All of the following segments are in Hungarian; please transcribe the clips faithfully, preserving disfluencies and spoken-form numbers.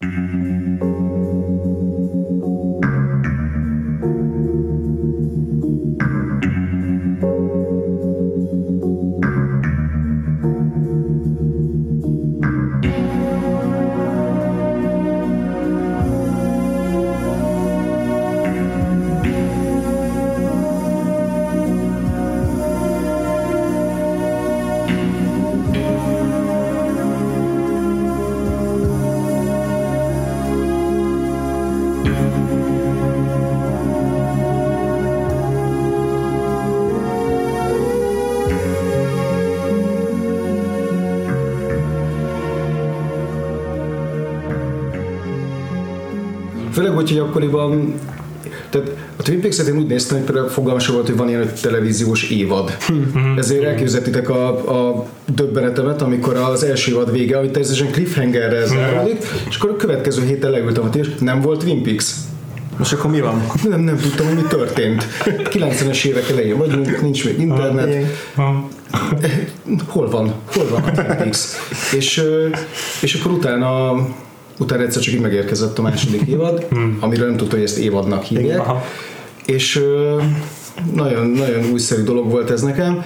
Főleg úgy, hogy akkoriban, tehát a Twin Peaks-et én úgy néztem, hogy például fogalmasra volt, hogy van ilyen televíziós évad. Hmm. Ezért elképzeltitek a, a döbbenetemet, amikor az első évad vége, amit természetesen cliffhangerrel záródik, és akkor a következő héten leültem a tér, nem volt Twin Peaks. Most akkor mi van? Nem, nem tudtam, hogy mi történt. kilencvenes évek elején vagyunk, nincs még internet. Hol van? Hol van a Twin Peaks? És, és akkor utána utána egyszer csak így megérkezett a második évad, hmm. amiről nem tudtam, hogy ezt évadnak hívják. Aha. És nagyon, nagyon újszerű dolog volt ez nekem.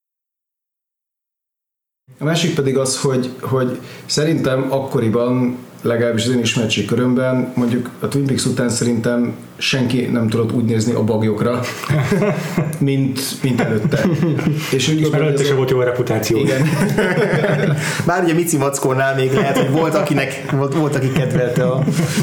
A másik pedig az, hogy, hogy szerintem akkoriban, legalábbis az én ismertség körömben, mondjuk a Twin Peaks után szerintem senki nem tudott úgy nézni a bagyokra, mint, mint előtte. És úgy előtte sem volt jó a reputáció. Igen. Bár ugye Mici Mackónál még lehet, hogy volt, akinek, volt, volt aki kedvelte a...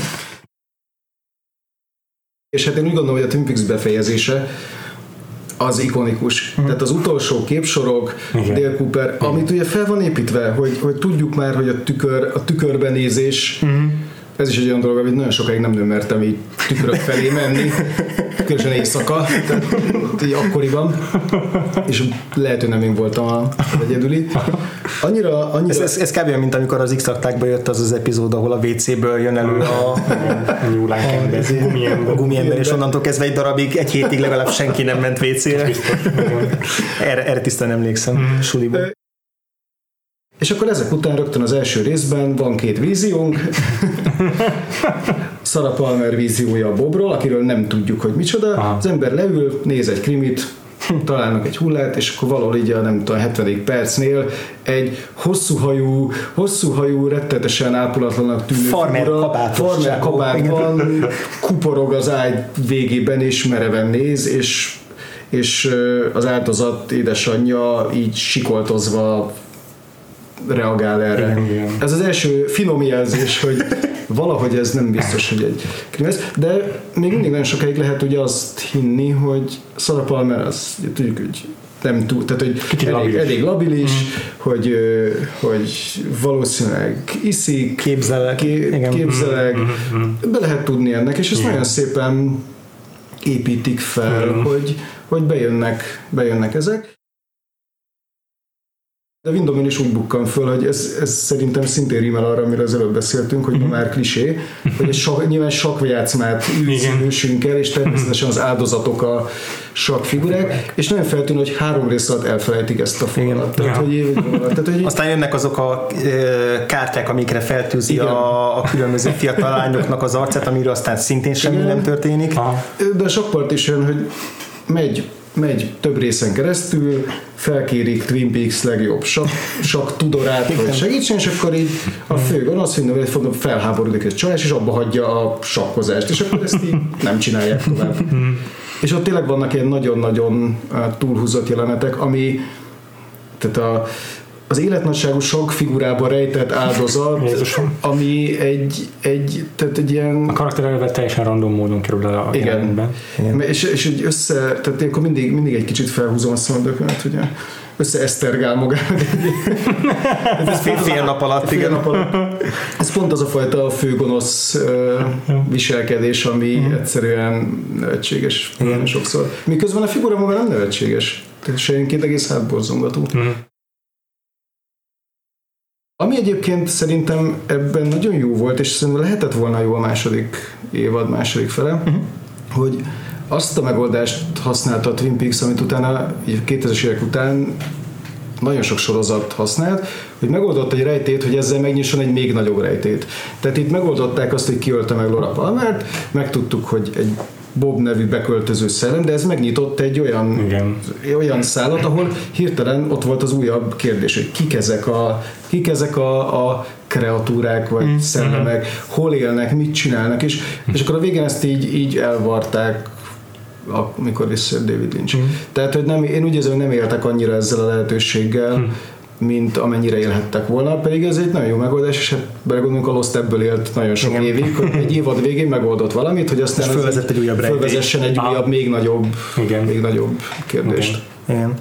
És hát én úgy gondolom, hogy a Twin Peaks befejezése az ikonikus. Mm. Tehát az utolsó képsorok, igen. Dale Cooper, igen. Amit ugye fel van építve, hogy, hogy tudjuk már, hogy a, tükör, a tükörbenézés, mm. ez is egy olyan dolog, amit nagyon sokáig nem mertem így tükrök felé menni, különösen éjszaka, tehát így akkoriban, és lehet, hogy nem én voltam a egyedüli. Annyira, annyira... Ez, ez, ez kb. Mint amikor az X-Faktákba jött az az epizód, ahol a vé céből jön elő a, a nyúlánk a gumiember, és onnantól kezdve egy darabig, egy hétig legalább senki nem ment vé cére. Erre, erre tisztán emlékszem, mm. suliból. És akkor ezek után rögtön az első részben van két víziónk. Sarah Palmer víziója a Bobról, akiről nem tudjuk, hogy micsoda. Aha. Az ember leül, néz egy krimit, találnak egy hullát, és akkor valahol így a nem tudom, hetvedik percnél egy hosszú hajú, hosszú hajú, rettetesen ápolatlanak tűnő farmer kabátos farmer kabátban kuporog az ágy végében, és mereven néz, és, és az áldozat édesanyja így sikoltozva reagál erre. Igen, igen. Ez az első finom jelzés, hogy valahogy ez nem biztos, hogy egy krim lesz, de még mindig nagyon sokáig lehet ugye azt hinni, hogy Sarah Palmer az, tudjuk, hogy nem túl, tehát hogy elég labilis, elég labilis mm. hogy, hogy valószínűleg iszik, képzelek, ké, képzelek mm-hmm. be lehet tudni ennek, és ezt igen. nagyon szépen építik fel, mm. hogy, hogy bejönnek, bejönnek ezek. De Windowman is úgy bukkan föl, hogy ez, ez szerintem szintén rímel arra, amiről az előbb beszéltünk, hogy mm-hmm. már klisé, hogy egy sak, nyilván sakkjátszmát űzünk el, és természetesen az áldozatok a sakkfigurák, és nagyon feltűnő, hogy három rész alatt elfelejtik ezt a fonalat. Tehát, hogy, tehát, hogy aztán jönnek azok a e, kártyák, amikre feltűzi a, a különböző fiatal lányoknak az arcát, amiről aztán szintén semmi igen. nem történik. Aha. De a sakkpart is jön, hogy megy megy több részen keresztül, felkérik Twin Peaks legjobb sakk, sakk tudorát, hogy segítsen, és akkor így a fő gonosz, hogy felháborodik egy csalás, és abba hagyja a sakkozást, és akkor ezt így nem csinálják tovább. És ott tényleg vannak ilyen nagyon-nagyon túlhúzott jelenetek, ami tehát a az életnagyságú sakk figurában rejtett áldozat, Jézusom. ami egy, egy, tehát egy ilyen... A karakter eleve teljesen random módon kerül el a jelenetben. Igen. És, és egy össze, tehát akkor mindig, mindig egy kicsit felhúzom a szemöldökömet, ugye összeesztergál magának. Ez fél, fél nap alatt, fél nap alatt. Ez pont az a fajta főgonosz uh, viselkedés, ami uh-huh. egyszerűen nevetséges uh-huh. sokszor. Miközben a figura maga nem nevetséges. Tehát sejenként egész hátborzongató. Uh-huh. Ami egyébként szerintem ebben nagyon jó volt, és szerintem lehetett volna jó a második évad, második fele, uh-huh. hogy azt a megoldást használta a Twin Peaks, amit utána, kétezres évek után nagyon sok sorozat használt, hogy hogy megoldott egy rejtét, hogy ezzel megnyisson egy még nagyobb rejtét. Tehát itt megoldották azt, hogy kiölte meg Laura Palmert, megtudtuk, hogy egy Bob nevű beköltöző szellem, de ez megnyitott egy olyan, olyan szállat, ahol hirtelen ott volt az újabb kérdés, hogy kik ezek a, kik ezek a, a kreatúrák, vagy mm. szellemek, hol élnek, mit csinálnak, és, és akkor a végén ezt így, így elvarták, amikor visszajött David Lynch. Mm. Tehát, hogy nem, én úgy érzem, hogy nem éltek annyira ezzel a lehetőséggel, mm. mint amennyire élhettek volna, pedig ez egy nagyon jó megoldás, és hát belegondolunk, a Lost ebből élt nagyon sok igen. évig, hogy egy évad végén megoldott valamit, hogy aztán fölvezett egy újabb fölvezessen egy ah. újabb, még nagyobb, igen. még nagyobb kérdést. Igen. Igen.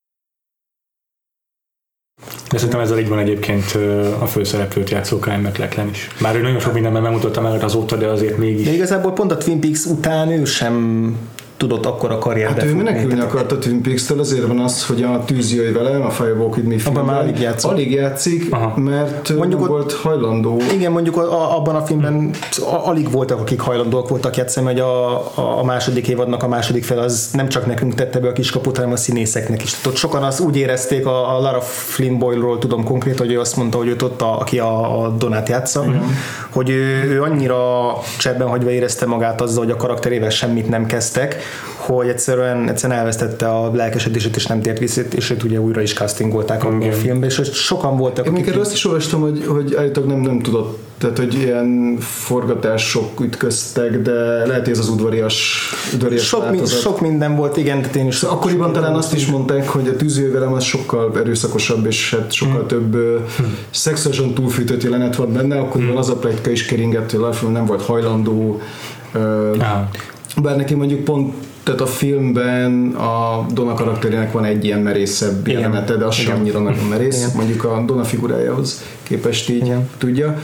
De szerintem ezzel így van egyébként a főszereplőt játszó Kyle MacLachlan is. Bár ő nagyon sok mindenben megmutatta meg azóta, de azért mégis. De igazából pont a Twin Peaks után ő sem tudott akkor a karriert hát befutni. Hát ő menekülni akart a Twin Peaks-től, azért van az, hogy a Tűz jöjj velem, a Firewalk with Me filmben alig játszik, alig játszik mert mondjuk nem volt hajlandó. Igen, mondjuk a, abban a filmben hmm. alig voltak, akik hajlandóak voltak játszani, hogy a, a, a második évadnak a második fel az nem csak nekünk tette be a kiskaput, hanem a színészeknek is. Ott sokan azt úgy érezték, a, a Lara Flynn Boyle-ról tudom konkrét, hogy ő azt mondta, hogy őt ott, a, aki a, a Donát játsza, hmm. hogy ő, ő annyira cserben hagyva érezte magát azzal, hogy a karakterével semmit nem kezdtek, hogy egyszerűen, egyszerűen elvesztette a lelkesedését, és nem tért vissza, és őt ugye újra is castingolták a filmbe, és sokan voltak. Én akik... azt is olvastam, hogy, hogy állítólag nem, nem tudott, tehát hogy ilyen forgatások ütköztek, de lehet, hogy ez az udvarias, udvarias sok, mi, sok minden volt, igen, tehát én is. Szóval akkoriban talán azt is mondták, hogy a Tűz jöjj velem az sokkal erőszakosabb, és hát sokkal hmm. több hmm. szexuálisan túlfűtött jelenet van benne, akkoriban hmm. az a pletyka is keringett, hogy a film nem volt hajlandó. Uh, bár neki mondjuk pont tehát a filmben a Donna karakterének van egy ilyen merészebb jelenete, de az sem annyira nagyon merész, igen. mondjuk a Donna figurájához képest így igen. tudja.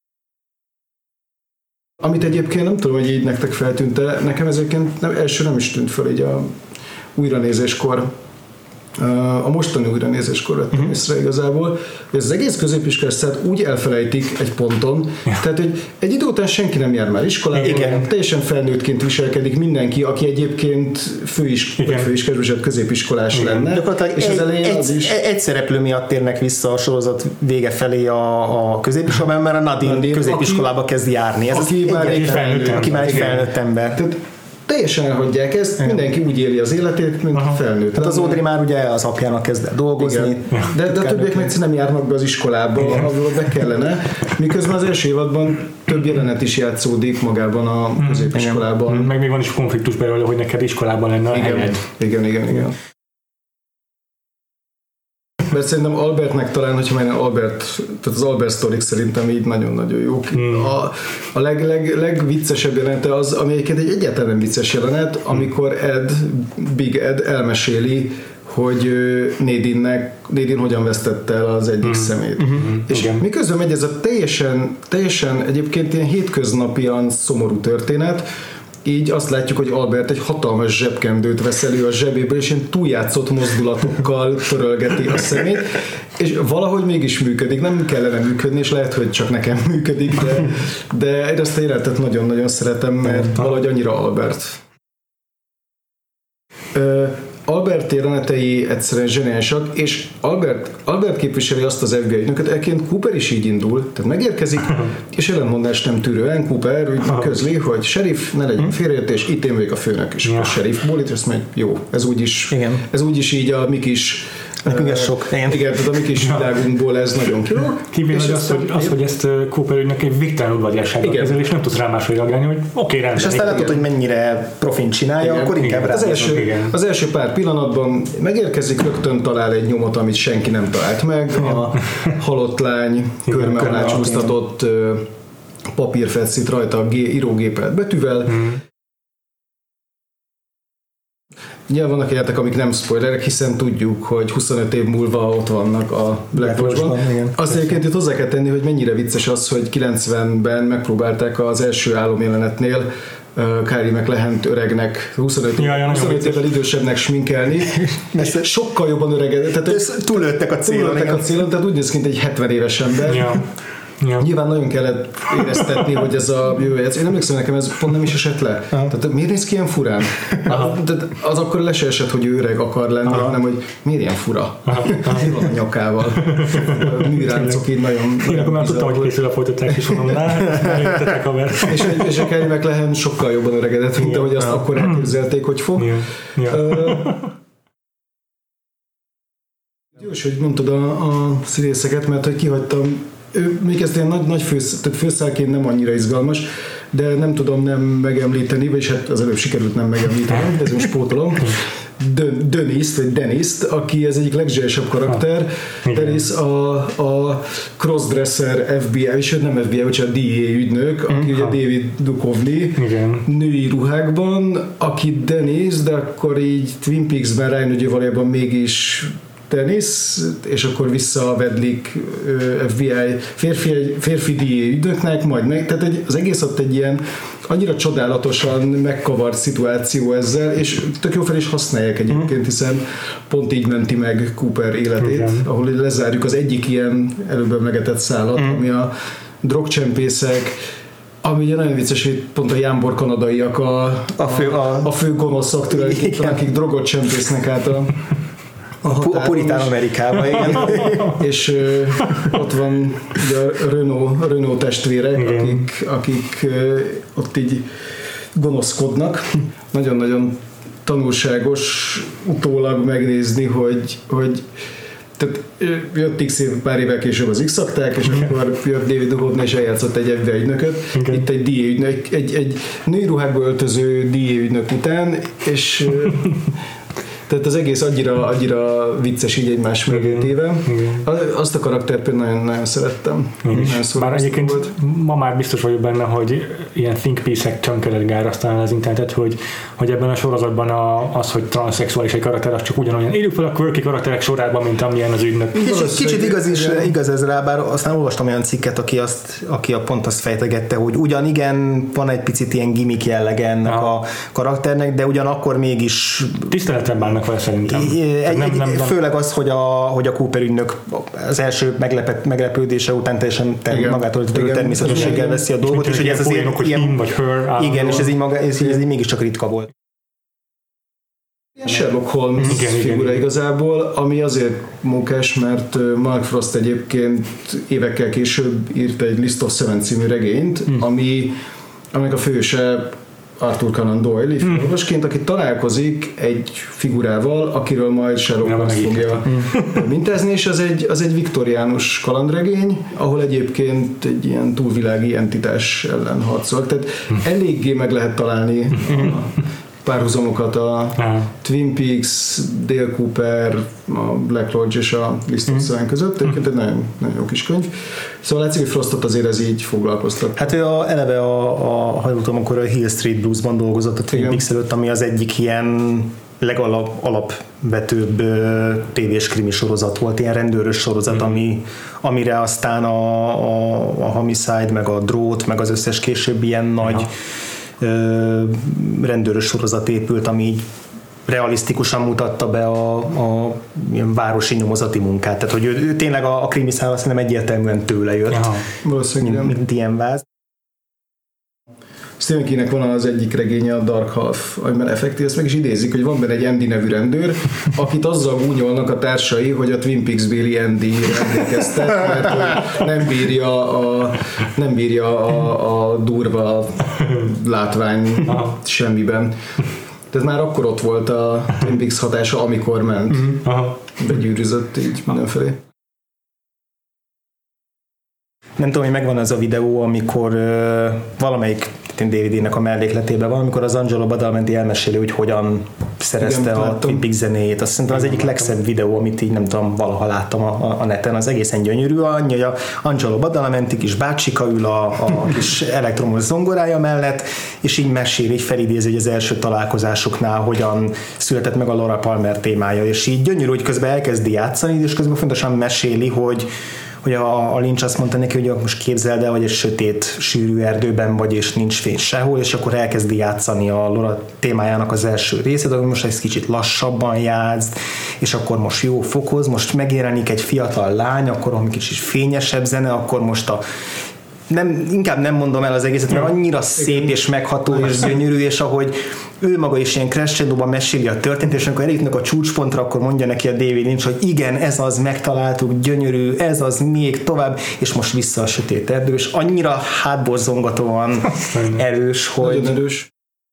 Amit egyébként nem tudom, hogy így nektek feltűnt-e, nekem ezeket nem, első nem is tűnt fel így a újranézéskor, a mostani újranézéskor vettem uh-huh. észre igazából, hogy az egész középiskolás szállat úgy elfelejtik egy ponton, ja. tehát hogy egy idő után senki nem jár már iskolában, igen. teljesen felnőttként viselkedik mindenki, aki egyébként főis, főiskolás vagy középiskolás igen. lenne. És egy, az elején egy, az is... egy szereplő miatt térnek vissza a sorozat vége felé a, a középiskolában, mert a Nadine, Nadine középiskolába aki, kezd járni. Ez aki, az már egy felnőtt, aki már egy felnőtt ember. Tehát, teljesen elhagyják ezt, igen. mindenki úgy éli az életét, mint aha. felnőtt. Hát az Audrey már ugye az apjának kezd el dolgozni. Igen. De, de a többiek meg nem járnak be az iskolába, ahol be kellene. Miközben az első évadban több jelenet is játszódik magában a középiskolában. Igen. Meg még van is konfliktus belőle, hogy neked iskolában lenne a igen. helyed. Igen, igen, igen. Mert szerintem Albertnek talán, hogyha már Albert, tehát az Albert sztorik szerintem így nagyon-nagyon jók. Hmm. A, a leg, leg, legviccesebb jelenete az, ami egyébként egy egyáltalán nem vicces jelenet, amikor Ed, Big Ed elmeséli, hogy Nadine-nek, Nadine hogyan vesztette el az egyik mm. szemét. Mm-hmm. És igen. miközben megy ez a teljesen, teljesen egyébként ilyen hétköznapian szomorú történet, így azt látjuk, hogy Albert egy hatalmas zsebkendőt vesz elő a zsebéből, és ilyen túljátszott mozdulatokkal törölgeti a szemét, és valahogy mégis működik, nem kellene működni, és lehet, hogy csak nekem működik, de, de én ezt a jelenetet nagyon-nagyon szeretem, mert valahogy annyira Albert. Albert jelenetei egyszerűen zseniálisak, és Albert, Albert képviseli azt az ef bé i ügynököt, egyébként Cooper is így indul, tehát megérkezik, és ellentmondást nem tűrően Cooper úgy közli, hogy sheriff, ne legyen félreértés, itt én vagyok a főnök, és ja. a sheriff bólít, azt megy, jó, ez úgyis, ez úgyis így a mi kis nekünk ez sok. Igen, igen, tehát a mi kis világunkból ez nagyon kilóg. Kívül az, az, hogy, az, hogy ezt Cooper ügynek egy végtelen udvariassággal kezel, és nem tudsz rá máshogy reagálni, hogy oké, okay, rendben. És aztán látod, hogy mennyire profin csinálja, igen, akkor inkább rá. Az első, az első pár pillanatban megérkezik, rögtön talál egy nyomot, amit senki nem talált meg. A halott lány körme alá csúsztatott papírfeszít rajta a írógépelt betűvel. Hmm. Nyilván vannak ilyenek, amik nem spoilerek, hiszen tudjuk, hogy huszonöt év múlva ott vannak a Black Lodge-ban. Azt egyébként itt hozzá kell tenni, hogy mennyire vicces az, hogy kilencvenben megpróbálták az első álomjelenetnél uh, Kylie MacLachlan öregnek, huszonöt, ja, ja, huszonöt évvel idősebbnek sminkelni. Sokkal jobban öregedett. Tehát túllőttek a célon. Túllőttek a célon, tehát úgy néz ki, mint egy hetven éves ember. Ja. Ja. Nyilván nagyon kellett éreztetni, hogy ez a jövő játsz. Én emlékszem, nekem ez pont nem is esett le. Aha. Tehát miért néz ki ilyen furán? Tehát az akkor le se esett, hogy ő öreg akar lenni, aha. hanem hogy miért ilyen fura? Mi van a nyakával? A műráncok így nagyon... Én akkor már tudtam, hogy készül a folytatás is, mondom, eljöttetek a ver. És, és a Kelly McLachlan sokkal jobban öregedett, mint ahogy azt akkor elképzelték, hogy fog. Ja. Ja. Jó, és hogy mondtad a, a színészeket, mert hogy kihagytam, ő még ezt ilyen nagy, nagy fősz, tehát főszálként nem annyira izgalmas, de nem tudom nem megemlíteni, vagyis hát az előbb sikerült nem megemlíteni, de ez most pótolom. Dennis, vagy Dennis, aki az egyik legzselyesebb karakter. Ah, Dennis a, a crossdresser ef bé i, és ő nem ef bé i, vagy a dé á ügynök, aki mm, ugye David Duchovny női ruhákban, aki Dennis, de akkor így Twin Peaks-ben rájön, hogy valójában mégis Dennis, és akkor visszavedlik ef bé i férfi, férfi dé á ügynöknek, majd meg, tehát egy, az egész ott egy ilyen annyira csodálatosan megkavart szituáció ezzel, és tök jó fel is használják egyébként, hiszen pont így menti meg Cooper életét, igen. ahol lezárjuk az egyik ilyen előbb emlegetett szállat, mm. ami a drogcsempészek, ami ugye nagyon vicces, hogy pont a jámbor kanadaiak a, a, fő, a, a fő gonoszok tulajdonképpen, akik drogot csempésznek át a A, a puritán Amerikában, igen. És ö, ott van ugye a Renault, a Renault testvérek, akik, akik ö, ott így gonoszkodnak. Nagyon-nagyon tanulságos utólag megnézni, hogy, hogy tehát jött X év, pár évvel később az X-akták, és akkor jött David Duchovny és eljátszott egy ef bé i ügynököt. Okay. Itt egy dé á ügynök, egy, egy női ruhákba öltöző dé á ügynök után, és tehát az egész annyira, annyira vicces így egymás mögétéve. Azt a karaktert például nagyon, nagyon szerettem. Bár egyébként volt. Ma már biztos vagyok benne, hogy ilyen think piece-ek csönkelet gárasztalán az internetet, hogy, hogy ebben a sorozatban a, az, hogy transzexuális egy karakter, az csak ugyanolyan. Írjuk fel a quirky karakterek sorában, mint amilyen az ügynök. Kicsit, kicsit igaz, is, igaz ez rá, bár aztán olvastam olyan cikket, aki, azt, aki a pont azt fejtegette, hogy ugyan igen, van egy picit ilyen gimmick jellege ennek Aha. a karakternek, de ugyanakkor mégis tiszteletben bánnak vele szerintem. Egy, nem, nem, nem. Főleg az, hogy a, hogy a Cooper ügynök az első meglepet, meglepődése után teljesen ter, magától természetességgel veszi a dolgot, és hogy ez azért ilyen, vagy her, igen, és ez így, maga, ez, ez így mégiscsak ritka volt. Sherlock Holmes igen, figura igen, igazából, ami azért munkás, mert Mark Frost egyébként évekkel később írt egy List of Seven című regényt, hmm. ami, aminek a főse Arthur Conan Doyle, hmm. orvosként, aki találkozik egy figurával, akiről majd Sherlock Holmes fogja mintázni, és az egy, az egy viktoriánus kalandregény, ahol egyébként egy ilyen túlvilági entitás ellen harcol. Tehát hmm. eléggé meg lehet találni a párhuzamokat a Twin Peaks, Dale Cooper, a Black Lodge és a List of Seven között. Egyébként egy nagyon, nagyon jó kis könyv. Szóval látszik, hogy Frostot azért ez így foglalkoztat. Hát ő a, eleve a, a hajlótom, amikor a Hill Street Blues-ban dolgozott a Twin Peaks előtt, ami az egyik ilyen legalap, alapvetőbb tévés krimi sorozat volt, ilyen rendőrös sorozat, mm. ami, amire aztán a, a, a Homicide, meg a Drót, meg az összes később ilyen nagy ja. rendőrös sorozat épült, ami így realisztikusan mutatta be a, a ilyen városi nyomozati munkát. Tehát, hogy ő, ő tényleg a, a krimi szál azt nem egyértelműen tőle jött. Aha, valószínűleg mint, mint ilyen váz. Stephen Kingnek van az egyik regénye, a Dark Half, amiben effektív, ezt meg is idézik, hogy van benne egy Andy nevű rendőr, akit azzal gúnyolnak a társai, hogy a Twin Peaks-béli Andy emlékeztet, mert nem bírja a, nem bírja a, a durva látvány Aha. semmiben. Tehát már akkor ott volt a Twin Peaks hatása, amikor ment. Aha. Begyűrűzött így mindenfelé. Nem tudom, hogy megvan az a videó, amikor uh, valamelyik David-nek a mellékletében van, amikor az Angelo Badalamenti elmeséli, hogy hogyan szerezte igen, a Twin Peaks zenéjét. Azt szerintem az egyik legszebb videó, amit így nem tudom, valaha láttam a, a neten. Az egészen gyönyörű, annyi, hogy a Angelo Badalamenti kis bácsika ül a, a kis elektromos zongorája mellett, és így mesél, így felidézi, hogy az első találkozásoknál hogyan született meg a Laura Palmer témája, és így gyönyörű, hogy közben elkezdi játszani, és közben fontosan meséli, hogy hogy a, a Lynch azt mondta neki, hogy most képzeld el, hogy egy sötét, sűrű erdőben vagy, és nincs fény sehol, és akkor elkezdi játszani a Laura témájának az első részét, akkor most egy kicsit lassabban játsz, és akkor most jó fokoz, most megjelenik egy fiatal lány, akkor egy kicsit fényesebb zene, akkor most a nem, inkább nem mondom el az egészet, mert annyira szép és megható és gyönyörű, és ahogy ő maga is ilyen crescendóban meséli a történetet, és amikor eljutnak a csúcspontra, akkor mondja neki a David Lynch, hogy igen, ez az, megtaláltuk, gyönyörű, ez az, még tovább, és most vissza a sötét erdő, és annyira hátborzongatóan erős, hogy... Nagyon erős.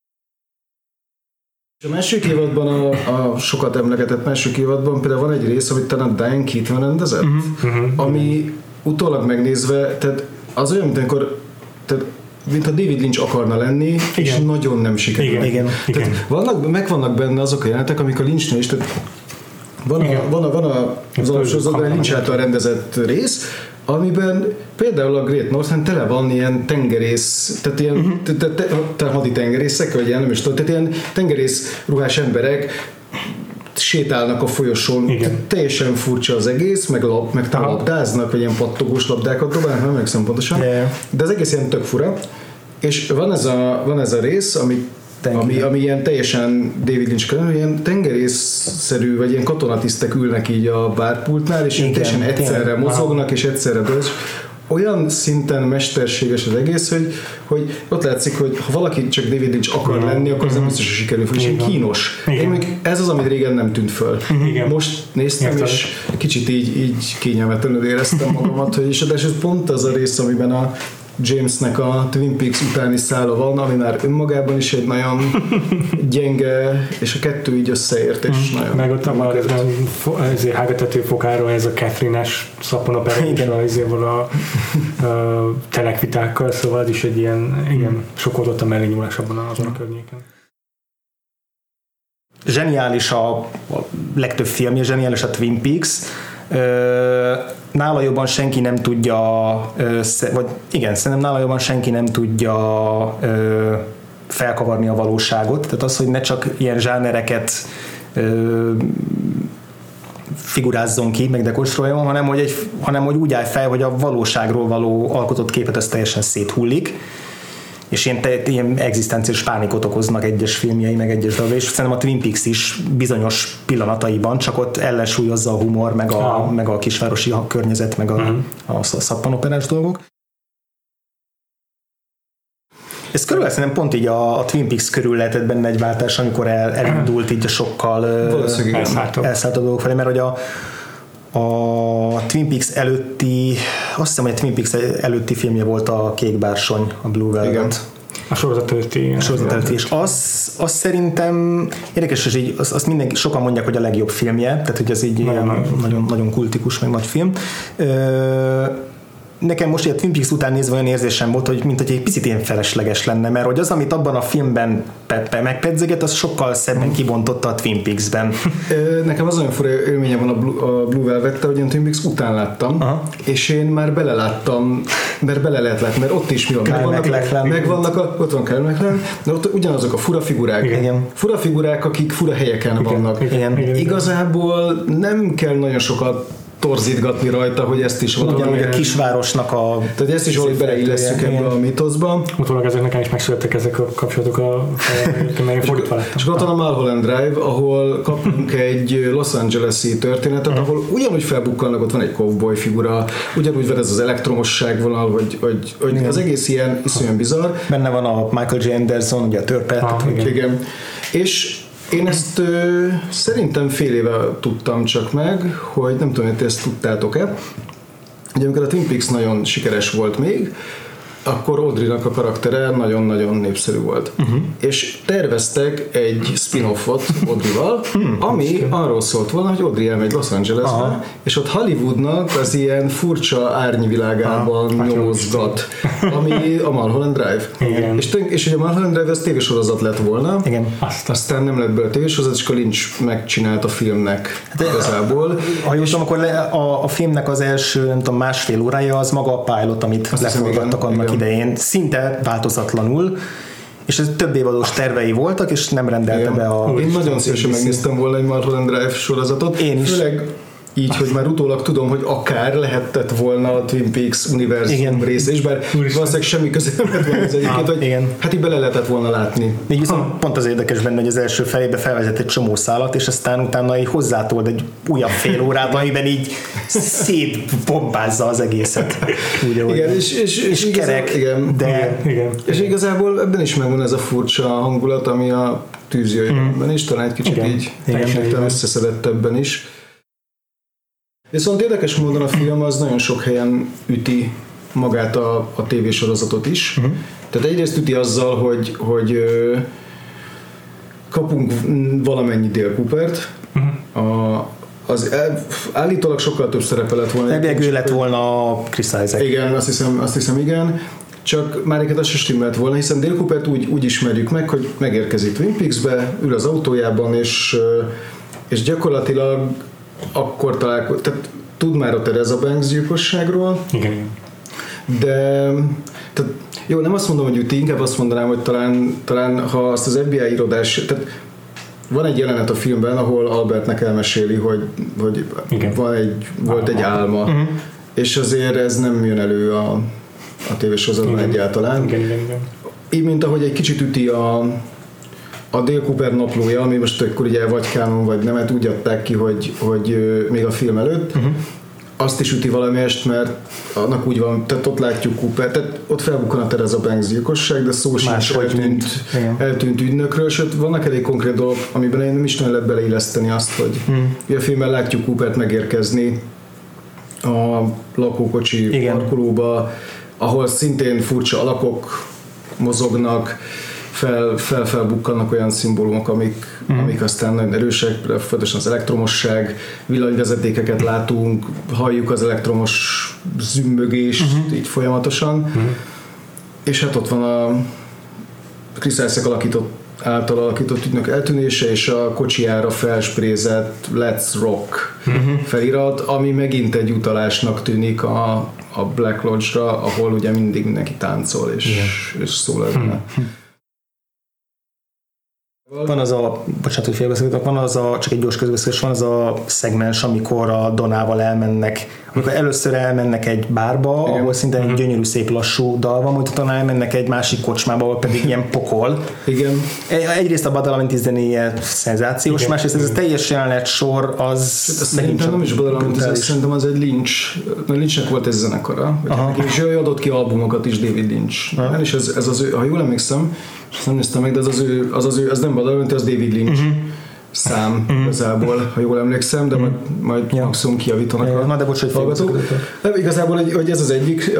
A második évadban, a, a sokat emlegetett második évadban például van egy rész, amit talán Diane Keaton rendezett, uh-huh. ami utólag megnézve, tehát az olyan, mint amikor, tehát, mint a David Lynch akarna lenni, igen. és nagyon nem sikerül. Igen, igen. Tehát igen. Vannak, megvannak benne azok a jelenetek, amik a Lynchnél is, tehát van a, van a, van a, az alapsorozatban Lynch által rendezett rész, amiben például a Great Northern tele van ilyen tengerész, tehát ilyen uh-huh. te, te, te, te haditengerészek, vagy ilyen, nem is tudom, tehát ilyen tengerész ruhás emberek sétálnak a folyosón. Teljesen furcsa az egész, meg, lab, meg labdáznak, vagy ilyen pattogós labdákat dobálnak, nem emlékszem pontosan, yeah. de az egész ilyen tök fura. És van ez a, van ez a rész, ami, ami, ami ilyen teljesen David Lynch, ilyen tengerészszerű, vagy ilyen katonatisztek ülnek így a bárpultnál, és ilyen teljesen egyszerre tényleg. mozognak, és egyszerre dolgozik. Olyan szinten mesterséges az egész, hogy, hogy ott látszik, hogy ha valaki csak David Lynch akar ja. lenni, akkor az nem biztos, hogy sikerül, és ilyen kínos. Én még ez az, amit régen nem tűnt föl. Igen. Most néztem, igen. és kicsit így, így kényelmetlenül éreztem magamat, hogy és ez pont az a rész, amiben a Jamesnek a Twin Peaks utáni szála van, ami már önmagában is egy nagyon gyenge, és a kettő így összeért, és mm. nagyon... Meg ott a ezért hágatető fokáról ez a Catherine-es szappanopera, ezért van a, a telekvitákkal, szóval ez is egy ilyen, igen, sok volt ott a mellényúlás abban azon a környéken. Zseniális a, a legtöbb filmje, zseniális a Twin Peaks. Nála jobban senki nem tudja, vagy igen, szerintem nála jobban senki nem tudja felkavarni a valóságot. Tehát az, hogy ne csak ilyen zsánereket figurázzon ki, meg dekonstruáljon, hanem hogy, egy, hanem hogy úgy áll fel, hogy a valóságról való alkotott képet ez teljesen széthullik, és ilyen, ilyen egzisztenciális pánikot okoznak egyes filmjei, meg egyes dalai, és szerintem a Twin Peaks is bizonyos pillanataiban, csak ott ellensúlyozza a humor, meg a, ah. meg a kisvárosi környezet, meg a, uh-huh. a szappanoperás dolgok. Ez körülbelül szerintem pont így a, a Twin Peaks körül lehetett benne egy váltás, amikor el, elindult így a sokkal elszállt a dolgok felé, mert hogy a A Twin Peaks előtti, azt hiszem, hogy a Twin Peaks előtti filmje volt a Kék bársony, a Blue Velvet. Igen. A sorozat előtti. A sorozat előtti, és az, az szerintem érdekes, hogy így, azt, azt mindenki, sokan mondják, hogy a legjobb filmje, tehát hogy ez így nagyon, ilyen, nagyon, nagyon kultikus, meg nagy film. Ö, Nekem most a Twin Peaks után nézve olyan érzésem volt, hogy mint hogy egy picit ilyen felesleges lenne, mert hogy az, amit abban a filmben Pepe megpedzeget, az sokkal szebben kibontotta a Twin Peaks-ben. Nekem az olyan fura élményem van a Blue, a Blue Velvet-tel, hogy én Twin Peaks után láttam, aha. és én már beleláttam, mert bele lehet látni, mert ott is mi van. Megvannak, megvannak a, ott van Kyle MacLachlan, de ott ugyanazok a fura figurák. Igen. Fura figurák, akik fura helyeken igen. vannak. Igen. Igen. Igazából nem kell nagyon sokat torzítgatni rajta, hogy ezt is valahogy a kisvárosnak a... Tehát ezt is valahogy beleillesszük ebbe a mítoszba. Utólag ezek nekem is megszülettek ezek a kapcsolatok, a, amelyek fordítva láttam. És ott van a Mulholland Drive, ahol kapunk egy Los Angeles-i történetet, ahol ugyanúgy felbukkalnak, ott van egy cowboy figura, ugyanúgy van ez az elektromosság vonal, hogy, hogy, hogy az egész ilyen iszonyan bizarr. Benne van a Michael J. Anderson, ugye a törpe. Ah, igen. igen. És én ezt ö, szerintem fél éve tudtam csak meg, hogy nem tudom, hogy ti ezt tudtátok-e. Ugye amikor a Twin Peaks nagyon sikeres volt még, akkor Audrey-nak a karaktere nagyon-nagyon népszerű volt. Uh-huh. És terveztek egy spin-offot Audrey-val, hmm, ami arról szólt volna, hogy Audrey elmegy Los Angelesbe, aha. és ott Hollywoodnak az ilyen furcsa árnyvilágában nyomozgat, ami a Mulholland Drive. Igen. És, és ugye a Mulholland Drive az tévésorozat lett volna, igen. aztán nem lett belőle tévésorozat, és a Lynch megcsinált a filmnek hát igazából. Ha jól tudom, akkor a, a filmnek az első, nem tudom, másfél órája az maga a pilot, amit leforgattak annak idején, szinte változatlanul, és ez több évados tervei voltak, és nem rendelte igen. be a... Én nagyon szívesen megnéztem volna egy Mulholland Drive sorozatot. Én is. Főleg, így, hogy már utólag tudom, hogy akár lehetett volna a Twin Peaks univerzum része is, bár valószínűleg semmi köze nem lett volna az egyébként, hogy igen. Hát így bele lehetett volna látni. Így viszont pont az érdekes benne, hogy az első felébe felvezet egy csomó szálat, és aztán utána így hozzátold egy újabb fél órát, amiben így szétbombázza az egészet. Úgy, igen, és, és, és, és igazán, kerek, igen, de... Igen. És igazából ebben is megvan ez a furcsa hangulat, ami a tűzjöjjönben is, talán egy kicsit igen. így igen. összeszedettebben is. Viszont érdekes módon a film az nagyon sok helyen üti magát a, a tévésorozatot is. Uh-huh. Tehát egyrészt üti azzal, hogy, hogy kapunk valamennyi Dale Coopert. Uh-huh. A, az el, állítólag sokkal több szerepe lett volna. Elvileg ő lett volna a Chris Isaac. Igen, azt hiszem, azt hiszem igen. Csak már egyet az se stimmelt volna, hiszen Dale Coopert úgy, úgy ismerjük meg, hogy megérkezik Twin Peaksbe, ül az autójában, és, és gyakorlatilag akkor találkozik, tehát tud már a Teresa Banks gyilkosságról, igen. de tehát, jó, nem azt mondom, hogy üti, inkább azt mondanám, hogy talán, talán ha azt az ef bé i irodás, tehát van egy jelenet a filmben, ahol Albertnek elmeséli, hogy, hogy van egy, volt egy álma, uh-huh. és azért ez nem jön elő a, a tévésorozatban egyáltalán. Igen, igen, igen. Így, mint ahogy egy kicsit üti a a Dale Cooper naplója, ami most akkor ugye vagy kánon, vagy nem, hát úgy adták ki, hogy, hogy még a film előtt, uh-huh. azt is üti valamelyest, mert annak úgy van, tehát ott látjuk Cooper, tehát ott felbukkan a Teresa Banks gyilkosság, de szó sincs eltűnt, eltűnt ügynökről, sőt vannak elég konkrét dolgok, amiben én nem is nagyon lehet beleilleszteni azt, hogy uh-huh. a filmben látjuk Coopert megérkezni a lakókocsi igen. parkolóba, ahol szintén furcsa alakok mozognak, fel, fel, felbukkannak olyan szimbólumok, amik, mm. amik aztán nagyon erősek, fontosan az elektromosság, villanyvezetékeket látunk, halljuk az elektromos zümmögést mm-hmm. így folyamatosan, mm. és hát ott van a Chris Isaac alakított, által alakított ügynök eltűnése, és a kocsijára felsprézett Let's Rock mm-hmm. felirat, ami megint egy utalásnak tűnik a, a Black Lodge-ra, ahol ugye mindig mindenki táncol és, és szól ezen. Mm. Van az a, bocsánat, hogy félbeszélgetek, van az a, csak egy gyors közbeszélés, van az a szegmens, amikor a Donával elmennek, amikor először elmennek egy bárba, igen. ahol szinte egy gyönyörű, szép lassú dal van, majd utána elmennek egy másik kocsmába, ahol pedig ilyen pokol. Igen. Egyrészt a Badalamint tizennégy szenzációs, igen. másrészt ez a teljes jelenet sor, az szerintem nem is Badalamint, szerintem az egy Lynch, Lynchnek volt ez zenekara, és ő adott ki albumokat is, David Lynch. Aha. És ez, ez az ő, ha jól emlékszem, és nem néztem meg, de az az ő, az, az ő, az nem Badalamint, az David Lynch uh-huh. szám uh-huh. igazából, ha jól emlékszem, de uh-huh. majd, majd ja. maximum kijavítanak ja, a na, de bocs, hallgatók. De igazából, hogy, hogy ez az egyik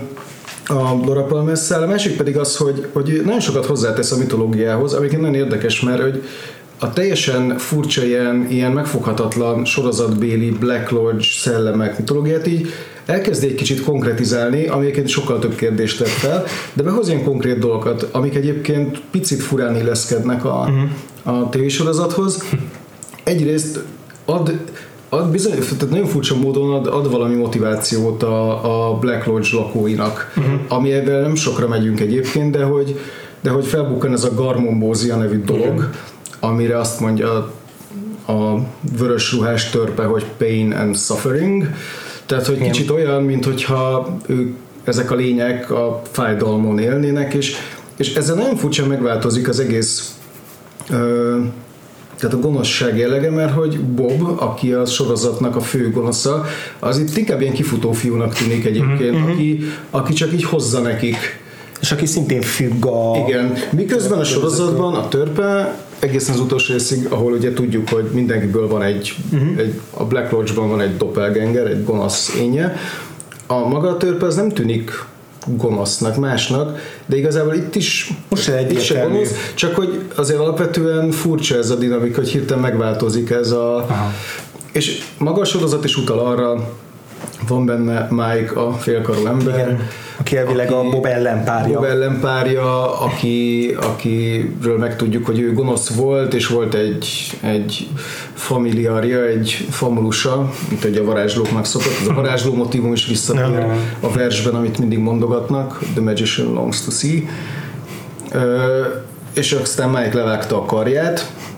a Laura Palmer-szel, a másik pedig az, hogy, hogy nagyon sokat hozzátesz a mitológiához, amiket nagyon érdekes, mert hogy a teljesen furcsa ilyen, ilyen megfoghatatlan sorozatbéli Black Lodge szellemek mitológiát így elkezd egy kicsit konkretizálni, ami egyébként sokkal több kérdést tett fel, de behoz ilyen konkrét dolgokat, amik egyébként picit furán illeszkednek a, uh-huh. a tévésorozathoz. Egyrészt ad, ad bizony, tehát nagyon furcsa módon ad, ad valami motivációt a, a Black Lodge lakóinak, uh-huh. ami ebben nem sokra megyünk egyébként, de hogy, de hogy felbukkan ez a Garmonbózia nevű dolog, uh-huh. amire azt mondja a vörös ruhás törpe, hogy pain and suffering. Tehát, hogy kicsit olyan, mint hogyha ők, ezek a lények a fájdalmon élnének, és, és ezzel nagyon furcsa megváltozik az egész ö, tehát a gonoszság jellege, mert hogy Bob, aki a sorozatnak a fő gonosza, az itt inkább ilyen kifutó fiúnak tűnik egyébként, mm-hmm. aki, aki csak így hozza nekik. És aki szintén függ a... Igen. Miközben a sorozatban a törpe egészen az utolsó részig, ahol ugye tudjuk, hogy mindenkiből van egy, uh-huh. egy a Black Lodge-ban van egy doppelganger, egy gonosz énje. A maga a törpe az nem tűnik gonosznak, másnak, de igazából itt is most egy itt se gonosz, csak hogy azért alapvetően furcsa ez a dinamika, hogy hirtelen megváltozik ez a... Aha. És maga a sorozat is utal arra, van benne Mike, a félkarú ember, igen. aki elvileg aki, a Bob ellenpárja. Bob ellenpárja, aki, akiről megtudjuk, hogy ő gonosz volt, és volt egy, egy familiárja, egy famulusa, mint hogy a varázslóknak szokott. Ez a varázsló motívum is visszatér a versben, amit mindig mondogatnak, The Magician Longs to See. És aztán Mike levágta a karját,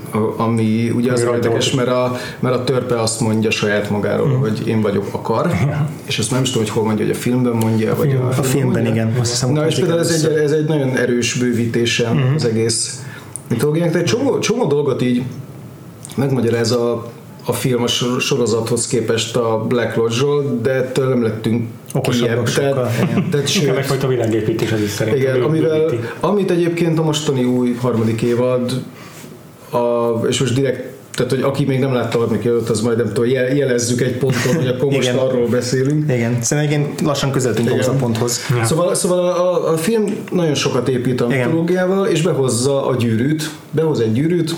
ami ugye az érdekes, mert a, mert a törpe azt mondja saját magáról, mm. hogy én vagyok akar, ja. és azt nem is tudom, hogy hol mondja, hogy a filmben mondja, vagy a, a filmben, mondja. igen. Azt hiszem, na, és például ez egy, ez egy nagyon erős bővítése mm. az egész mitológiának, tehát csomó, csomó dolgot így megmagyaráz a, a film a sorozathoz képest a Black Lodge-ról, de ettől nem lettünk okosabbak sokkal. Tehát sőt, egyfajta világépítés az is szerintem. Igen, amivel, amit egyébként a mostani új harmadik évad, a, és most direkt, tehát hogy aki még nem látta a harmadik évadot, az majd nem tudom, jelezzük egy ponton, hogy akkor most arról beszélünk. Igen, szerintem lassan közeltünk ahhoz a ponthoz. Ja. Szóval, szóval a, a film nagyon sokat épít a mitológiával, és behozza a gyűrűt, behoz egy gyűrűt,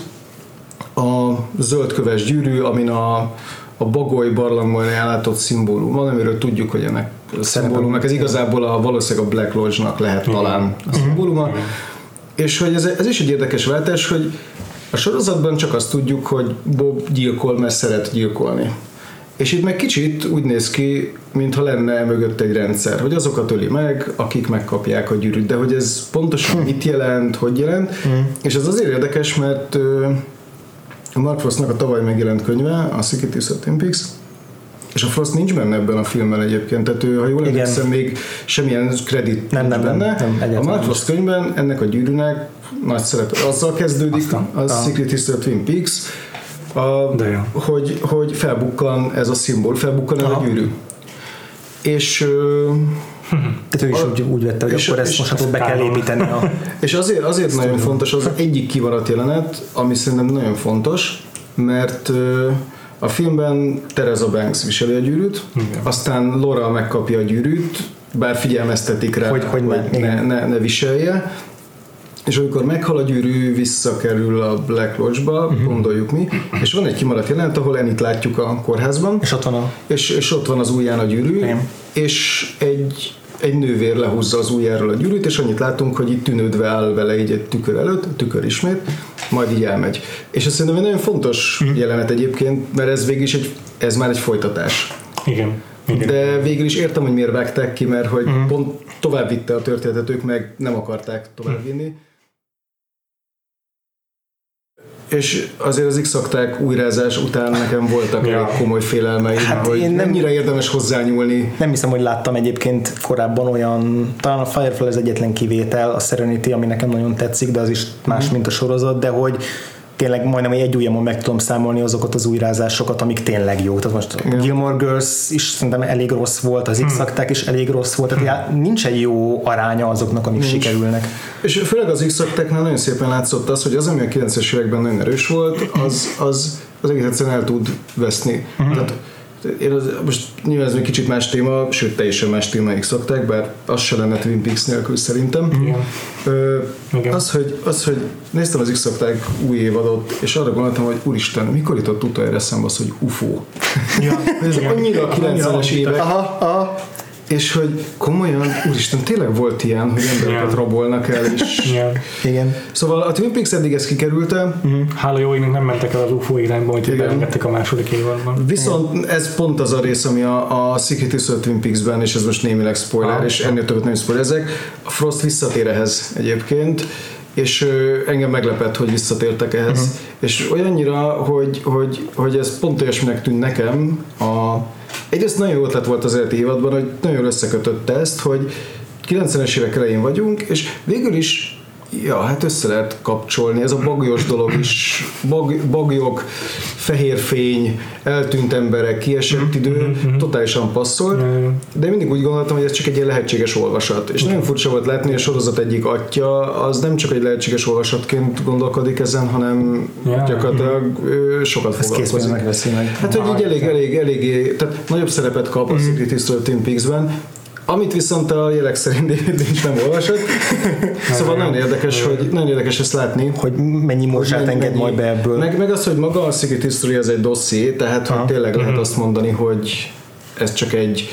a zöldköves gyűrű, amin a, a Bagoly barlangban ellátott szimbólum van, amiről tudjuk, hogy ennek a szimbólumnak, ez igazából a, valószínűleg a Black Lodge-nak lehet talán a szimbóluma, mm-hmm. és hogy ez, ez is egy érdekes váltás, hogy a sorozatban csak azt tudjuk, hogy Bob gyilkol, mert szeret gyilkolni. És itt meg kicsit úgy néz ki, mintha lenne mögött egy rendszer, hogy azokat öli meg, akik megkapják a gyűrűt, de hogy ez pontosan hm. mit jelent, hogy jelent, hm. és ez azért érdekes, mert a Mark Frostnak a tavaly megjelent könyve, a Secrets of Twin Peaks, és a Frost nincs benne ebben a filmben egyébként, tehát ő, ha jól emlékszem, még semmilyen kredit nem, nincs nem, benne. Nem, nem, a Mark Frost könyvben ennek a gyűrűnek nagy szerepe. Azzal kezdődik Aztán, a, a Secrets of Twin Peaks, a, hogy, hogy felbukkan ez a szimbol, felbukkan ez Aha. a gyűrű. És tehát ő is a, úgy, úgy vette, hogy és, akkor ezt most be kell építeni. A és azért, azért nagyon fontos, az egyik kimaradt jelenet, ami szerintem nagyon fontos, mert a filmben Teresa Banks viseli a gyűrűt, igen. aztán Laura megkapja a gyűrűt, bár figyelmeztetik rá, hogy, hogy, hogy ne, ne, ne, ne viselje, és amikor meghal a gyűrű, visszakerül a Black Lodge-ba, uh-huh. gondoljuk mi, és van egy kimaradt jelenet, ahol Enit látjuk a kórházban, és ott van, a... és, és ott van az ujján a gyűrű, igen. és egy egy nővér lehúzza az ujjáról a gyűrűt, és annyit látunk, hogy itt tűnődve áll vele így egy tükör előtt, tükör ismét, majd így elmegy. És ez szerintem egy nagyon fontos mm. jelenet egyébként, mert ez végül is egy, ez már egy folytatás. Igen. Igen. De végül is értem, hogy miért vágták ki, mert hogy mm. pont tovább vitte a történetet, ők meg nem akarták tovább vinni. Mm. És azért az X-akták újrázás után nekem voltak ja. egy komoly félelmeim, hát hogy én nem, mennyire érdemes hozzányúlni. Nem hiszem, hogy láttam egyébként korábban olyan, talán a Firefly az egyetlen kivétel, a Serenity, ami nekem nagyon tetszik, de az is más, mm. mint a sorozat, de hogy tényleg majdnem egy ujjamon meg tudom számolni azokat az újrázásokat, amik tényleg jók. Tehát most a Gilmore Girls is szerintem elég rossz volt, az X-akták is elég rossz volt, tehát hmm. nincs egy jó aránya azoknak, amik nincs. sikerülnek. És főleg az X-aktáknál nagyon szépen látszott az, hogy az, ami a kilencvenes években nagyon erős volt, az, az, az egész egyszerűen el tud veszni. Hmm. Tehát én az, most nyilván ez még kicsit más téma, sőt teljesen más témáig szokták, bár az se lenne Twin Peaks nélkül szerintem. Igen. Ö, Igen. Az, hogy, az, hogy néztem az X-akták új évadot, és arra gondoltam, hogy úristen, mikor jutott utoljára eszembe az, hogy U F O? Ja. Ez Igen. annyira a kilencvenes évek. Aha, aha. És hogy komolyan, úristen, tényleg volt ilyen, hogy embereket yeah. rabolnak el is. Yeah. Igen. Szóval a Twin Peaks eddig ezt kikerülte. Uh-huh. Hála jó, hogy nem mentek el az U F O irányba, hogy beengedtek a második évadban. Viszont Igen. ez pont az a rész, ami a, a Secrets of Twin Peaks-ben, és ez most némileg spoiler, ah, és ennél többet nem spoilerezek. A Frost visszatér ehhez egyébként, és engem meglepett, hogy visszatértek ehhez. Uh-huh. És olyannyira, hogy, hogy, hogy ez pont olyasminek tűnt nekem a egyrészt nagyon jó ötlet volt az eredeti évadban, hogy nagyon összekötötte ezt, hogy kilencvenes évek elején vagyunk, és végül is ja, hát össze lehet kapcsolni, ez a bagyos dolog is, bag, bagyok, fehér fény, eltűnt emberek, kiesett idő, totálisan passzol, de mindig úgy gondoltam, hogy ez csak egy ilyen lehetséges olvasat. És nagyon furcsa volt látni, hogy a sorozat egyik atya, az nem csak egy lehetséges olvasatként gondolkodik ezen, hanem yeah. gyakorlatilag sokat foglalkozik. Hát, hogy így elég, elég, elég, tehát nagyobb szerepet kap a Secrets of Twin Peaks-ben, amit viszont a jelek szerint David Lynch nem olvasott. Szóval nagyon érdekes, hogy nagyon érdekes ezt látni. Hogy mennyi morsát enged majd be ebből. Meg, meg az, hogy maga a Secret History az egy dosszié, tehát hogy tényleg lehet azt mondani, hogy ez csak egy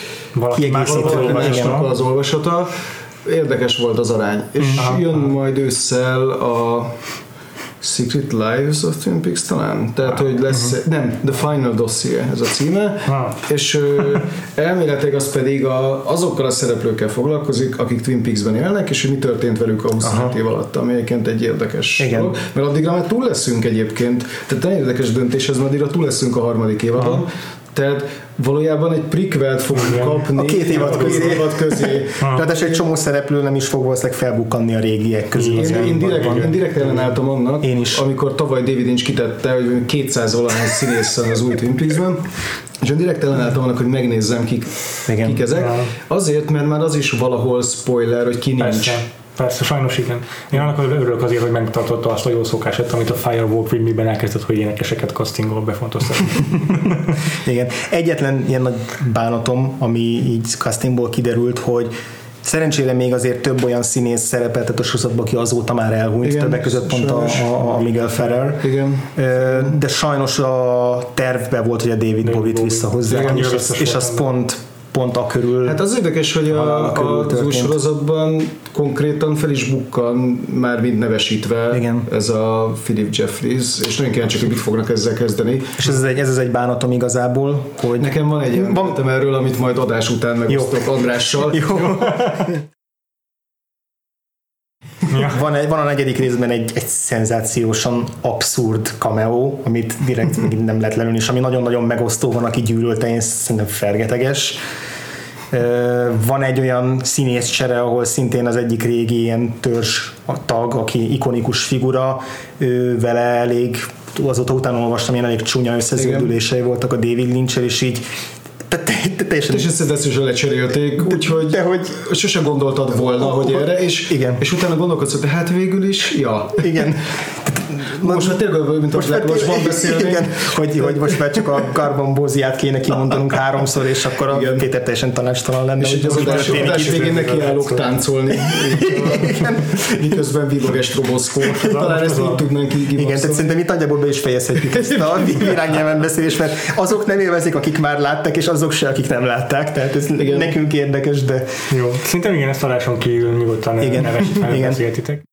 kiegészítő az olvasata. Érdekes volt az arány. És jön majd ősszel a Secret Lives of Twin Peaks talán, tehát hogy lesz, uh-huh. nem, The Final Dossier ez a címe, ah. és ö, elméletileg az pedig a, azokkal a szereplőkkel foglalkozik, akik Twin Peaksben élnek, és hogy mi történt velük a huszonöt év alatt, ami egyébként egy érdekes Igen. dolog, mert addigra már túl leszünk egyébként, tehát egy érdekes döntés, ez már addigra túl leszünk a harmadik évadon, Aha. tehát valójában egy prequelt fogunk Igen. kapni a két évad közé. Évad közé. Ráadásul egy csomó szereplő nem is fog valószínűleg felbukkanni a régiek közül. Én, én, én, direkt, én direkt ellenálltam annak, én is. amikor tavaly David Lynch kitette, hogy kétszáz valahány színész az új Twin Peaksben, és én direkt ellenálltam annak, hogy megnézzem, kik, kik ezek. Ja. Azért, mert már az is valahol spoiler, hogy ki nincs. Persze. Persze, sajnos igen. Én annak örülök azért, hogy megtartotta azt a jó szokását, amit a Firewalk with Me-ben elkezdett, hogy énekeseket castingol befontoztatni. Igen. Egyetlen ilyen nagy bánatom, ami így castingból kiderült, hogy szerencsére még azért több olyan színész szerepeltet a sorozatban, aki azóta már elhunyt, igen, többek között pont a, a Miguel Ferrer. Igen. De sajnos a tervben volt, hogy a David, David Bowie-t visszahozzák, és, az, és az pont pont a körül. Hát az érdekes, hogy a, a, az új sorozatban konkrétan fel is bukkan már mind nevesítve Igen. ez a Philip Jeffries, és nagyon kíváncsi, hogy mit fognak ezzel kezdeni. És ez, egy, ez az egy bánatom igazából, hogy... Nekem van egy elméletem erről, amit majd adás után megosztok Andrással. Jó. Ja. Van, egy, van a negyedik részben egy, egy szenzációsan abszurd cameo, amit direkt nem lehet lelőni, és ami nagyon-nagyon megosztó, van, aki gyűlölte, én szerintem fergeteges. Van egy olyan színészcsere, ahol szintén az egyik régi ilyen törzs tag, aki ikonikus figura, ő vele elég, azóta utána olvastam, ilyen elég csúnya összeződülései voltak a David Lynch-el, és így teljesen szedeszűsen lecserélték, úgyhogy sose gondoltad volna, hogy erre, és, igen. és utána gondolkodsz, hogy hát végül is, ja. Igen. Most már tényleg, mint a Black Watch-ban beszélnénk. Igen, hogy, hogy most már csak a karbonbóziát kéne kimondanunk háromszor, és akkor a Péter teljesen tanácstalan lenne. És hogy az adás, adás végén nekiállok táncolni, miközben vívog egy stroboszkó. Talán ezt így tudnánk így Igen, tehát szerintem itt nagyjából be is fejezhetjük ezt a virágnyelven beszélést, mert azok nem élvezik, akik már látták, és azok se, akik nem látták. Tehát ez igen. nekünk érdekes, de... Jó, szerintem igen, ezt adáson kívül nyugodtan nevesítve beszéltitek.